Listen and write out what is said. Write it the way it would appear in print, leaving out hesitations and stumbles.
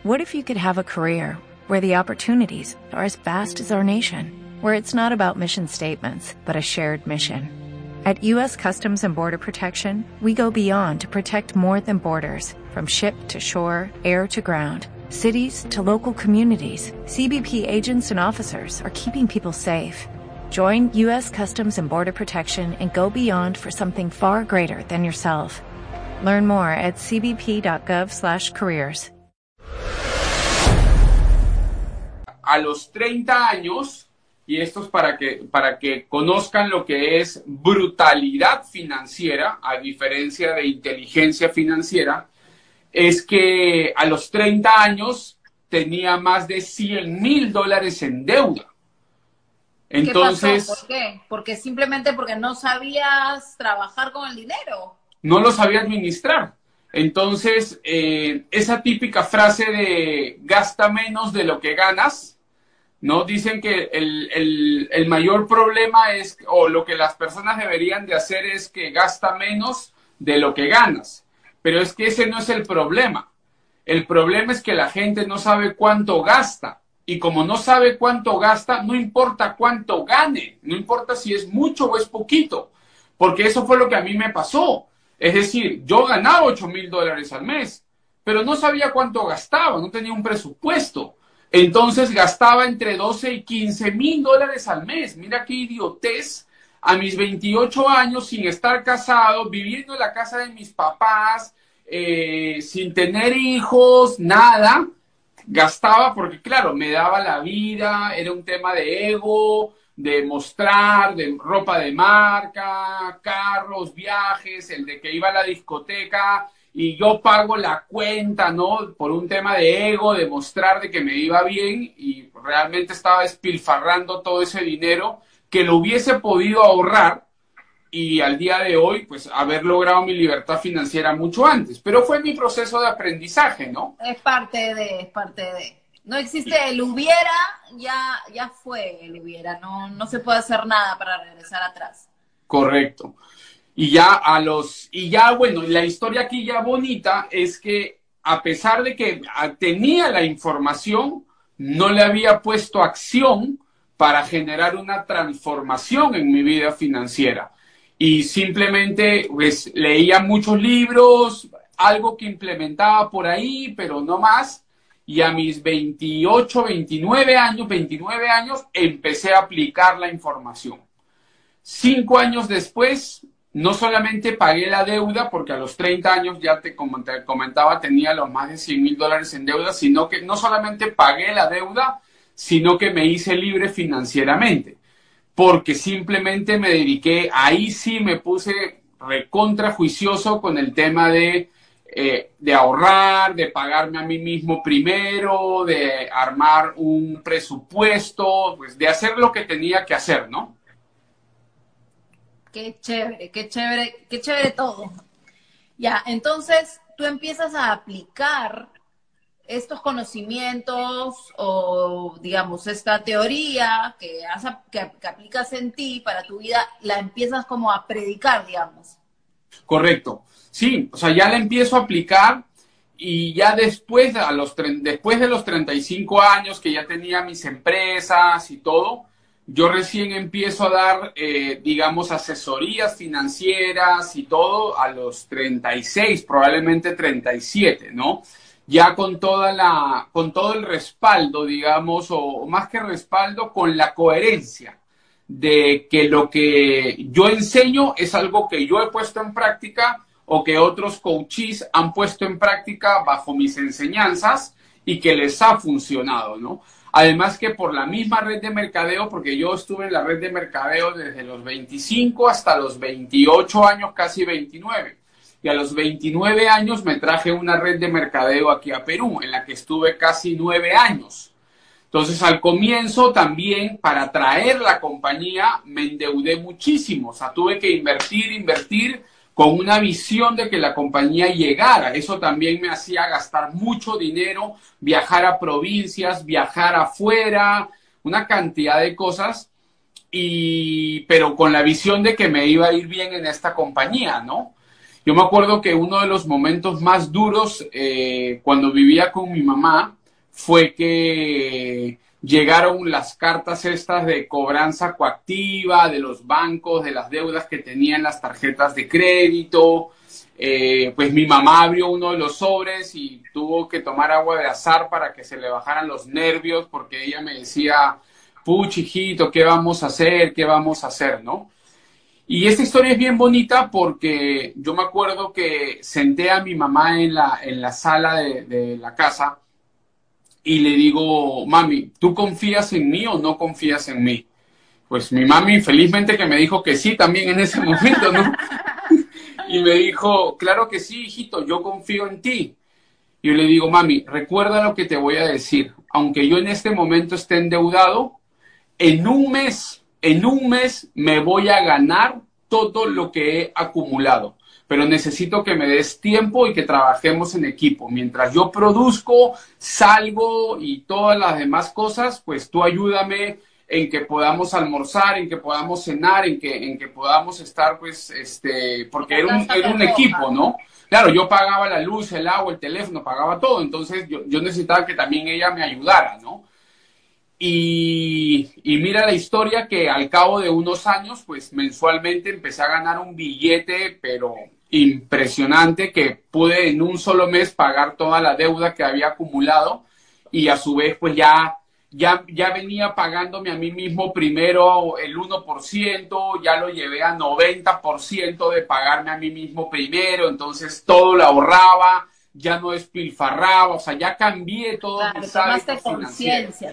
What if you could have a career where the opportunities are as vast as our nation, where it's not about mission statements, but a shared mission? At U.S. Customs and Border Protection, we go beyond to protect more than borders. From ship to shore, air to ground, cities to local communities, CBP agents and officers are keeping people safe. Join U.S. Customs and Border Protection and go beyond for something far greater than yourself. Learn more at cbp.gov/careers. A los 30 años, y esto es para que conozcan lo que es brutalidad financiera, a diferencia de inteligencia financiera, es que a los 30 años tenía más de $100,000 en deuda. Entonces, ¿qué pasó? ¿Por qué? Porque no sabías trabajar con el dinero. No lo sabía administrar. Entonces, esa típica frase de gasta menos de lo que ganas, ¿no? Dicen que el mayor problema es, o lo que las personas deberían de hacer es que gasta menos de lo que ganas. Pero es que ese no es el problema. El problema es que la gente no sabe cuánto gasta. Y como no sabe cuánto gasta, no importa cuánto gane. No importa si es mucho o es poquito. Porque eso fue lo que a mí me pasó. Es decir, yo ganaba $8,000 al mes, pero no sabía cuánto gastaba, no tenía un presupuesto. Entonces gastaba entre $12,000 y $15,000 al mes. Mira qué idiotez. A mis 28 años, sin estar casado, viviendo en la casa de mis papás, sin tener hijos, nada, gastaba porque, claro, me daba la vida, era un tema de ego, de mostrar, de ropa de marca, carros, viajes, el de que iba a la discoteca y yo pago la cuenta, ¿no? Por un tema de ego, de mostrar de que me iba bien y realmente estaba despilfarrando todo ese dinero que lo hubiese podido ahorrar y al día de hoy, pues, haber logrado mi libertad financiera mucho antes. Pero fue mi proceso de aprendizaje, ¿no? Es parte de. No existe el hubiera, ya fue el hubiera. No se puede hacer nada para regresar atrás. Correcto. Bueno, la historia aquí ya bonita es que a pesar de que tenía la información, no le había puesto acción para generar una transformación en mi vida financiera. Y simplemente pues leía muchos libros, algo que implementaba por ahí, pero no más. Y a mis 29 años, empecé a aplicar la información. 5 años después, no solamente pagué la deuda, porque a los 30 años, ya te comentaba, tenía los más de $100,000 en deuda, sino que no solamente pagué la deuda, sino que me hice libre financieramente. Porque simplemente me dediqué, ahí sí me puse recontra juicioso con el tema de ahorrar, de pagarme a mí mismo primero, de armar un presupuesto, pues de hacer lo que tenía que hacer, ¿no? Qué chévere todo. Ya, entonces tú empiezas a aplicar estos conocimientos o, digamos, esta teoría que aplicas en ti para tu vida, la empiezas como a predicar, digamos. Correcto. Sí, o sea, ya la empiezo a aplicar y ya después de los 35 años que ya tenía mis empresas y todo, yo recién empiezo a dar, digamos, asesorías financieras y todo a los 36, probablemente 37, ¿no? Ya con todo el respaldo, digamos, o más que respaldo, con la coherencia de que lo que yo enseño es algo que yo he puesto en práctica o que otros coaches han puesto en práctica bajo mis enseñanzas y que les ha funcionado, ¿no? Además que por la misma red de mercadeo, porque yo estuve en la red de mercadeo desde los 25 hasta los 28 años, casi 29. Y a los 29 años me traje una red de mercadeo aquí a Perú, en la que estuve casi 9 años. Entonces, al comienzo también, para traer la compañía, me endeudé muchísimo. O sea, tuve que invertir con una visión de que la compañía llegara. Eso también me hacía gastar mucho dinero, viajar a provincias, viajar afuera, una cantidad de cosas, pero con la visión de que me iba a ir bien en esta compañía, ¿no? Yo me acuerdo que uno de los momentos más duros cuando vivía con mi mamá fue que llegaron las cartas estas de cobranza coactiva de los bancos, de las deudas que tenían las tarjetas de crédito. Pues mi mamá abrió uno de los sobres y tuvo que tomar agua de azar para que se le bajaran los nervios, porque ella me decía, puch, hijito, ¿qué vamos a hacer? ¿Qué vamos a hacer? ¿No? Y esta historia es bien bonita porque yo me acuerdo que senté a mi mamá en la sala de la casa y le digo, mami, ¿tú confías en mí o no confías en mí? Pues mi mami felizmente que me dijo que sí también en ese momento, ¿no? Y me dijo, claro que sí, hijito, yo confío en ti. Y yo le digo, mami, recuerda lo que te voy a decir. Aunque yo en este momento esté endeudado, en un mes me voy a ganar todo lo que he acumulado. Pero necesito que me des tiempo y que trabajemos en equipo. Mientras yo produzco, salgo y todas las demás cosas, pues tú ayúdame en que podamos almorzar, en que podamos cenar, en que podamos estar, pues, porque era un equipo, ¿no? Claro, yo pagaba la luz, el agua, el teléfono, pagaba todo, entonces yo necesitaba que también ella me ayudara, ¿no? Y mira la historia que al cabo de unos años, pues mensualmente empecé a ganar un billete, pero impresionante, que pude en un solo mes pagar toda la deuda que había acumulado y a su vez pues ya venía pagándome a mí mismo primero el 1%, ya lo llevé a 90% de pagarme a mí mismo primero, entonces todo lo ahorraba, ya no despilfarraba, o sea, ya cambié todos mis hábitos financieros.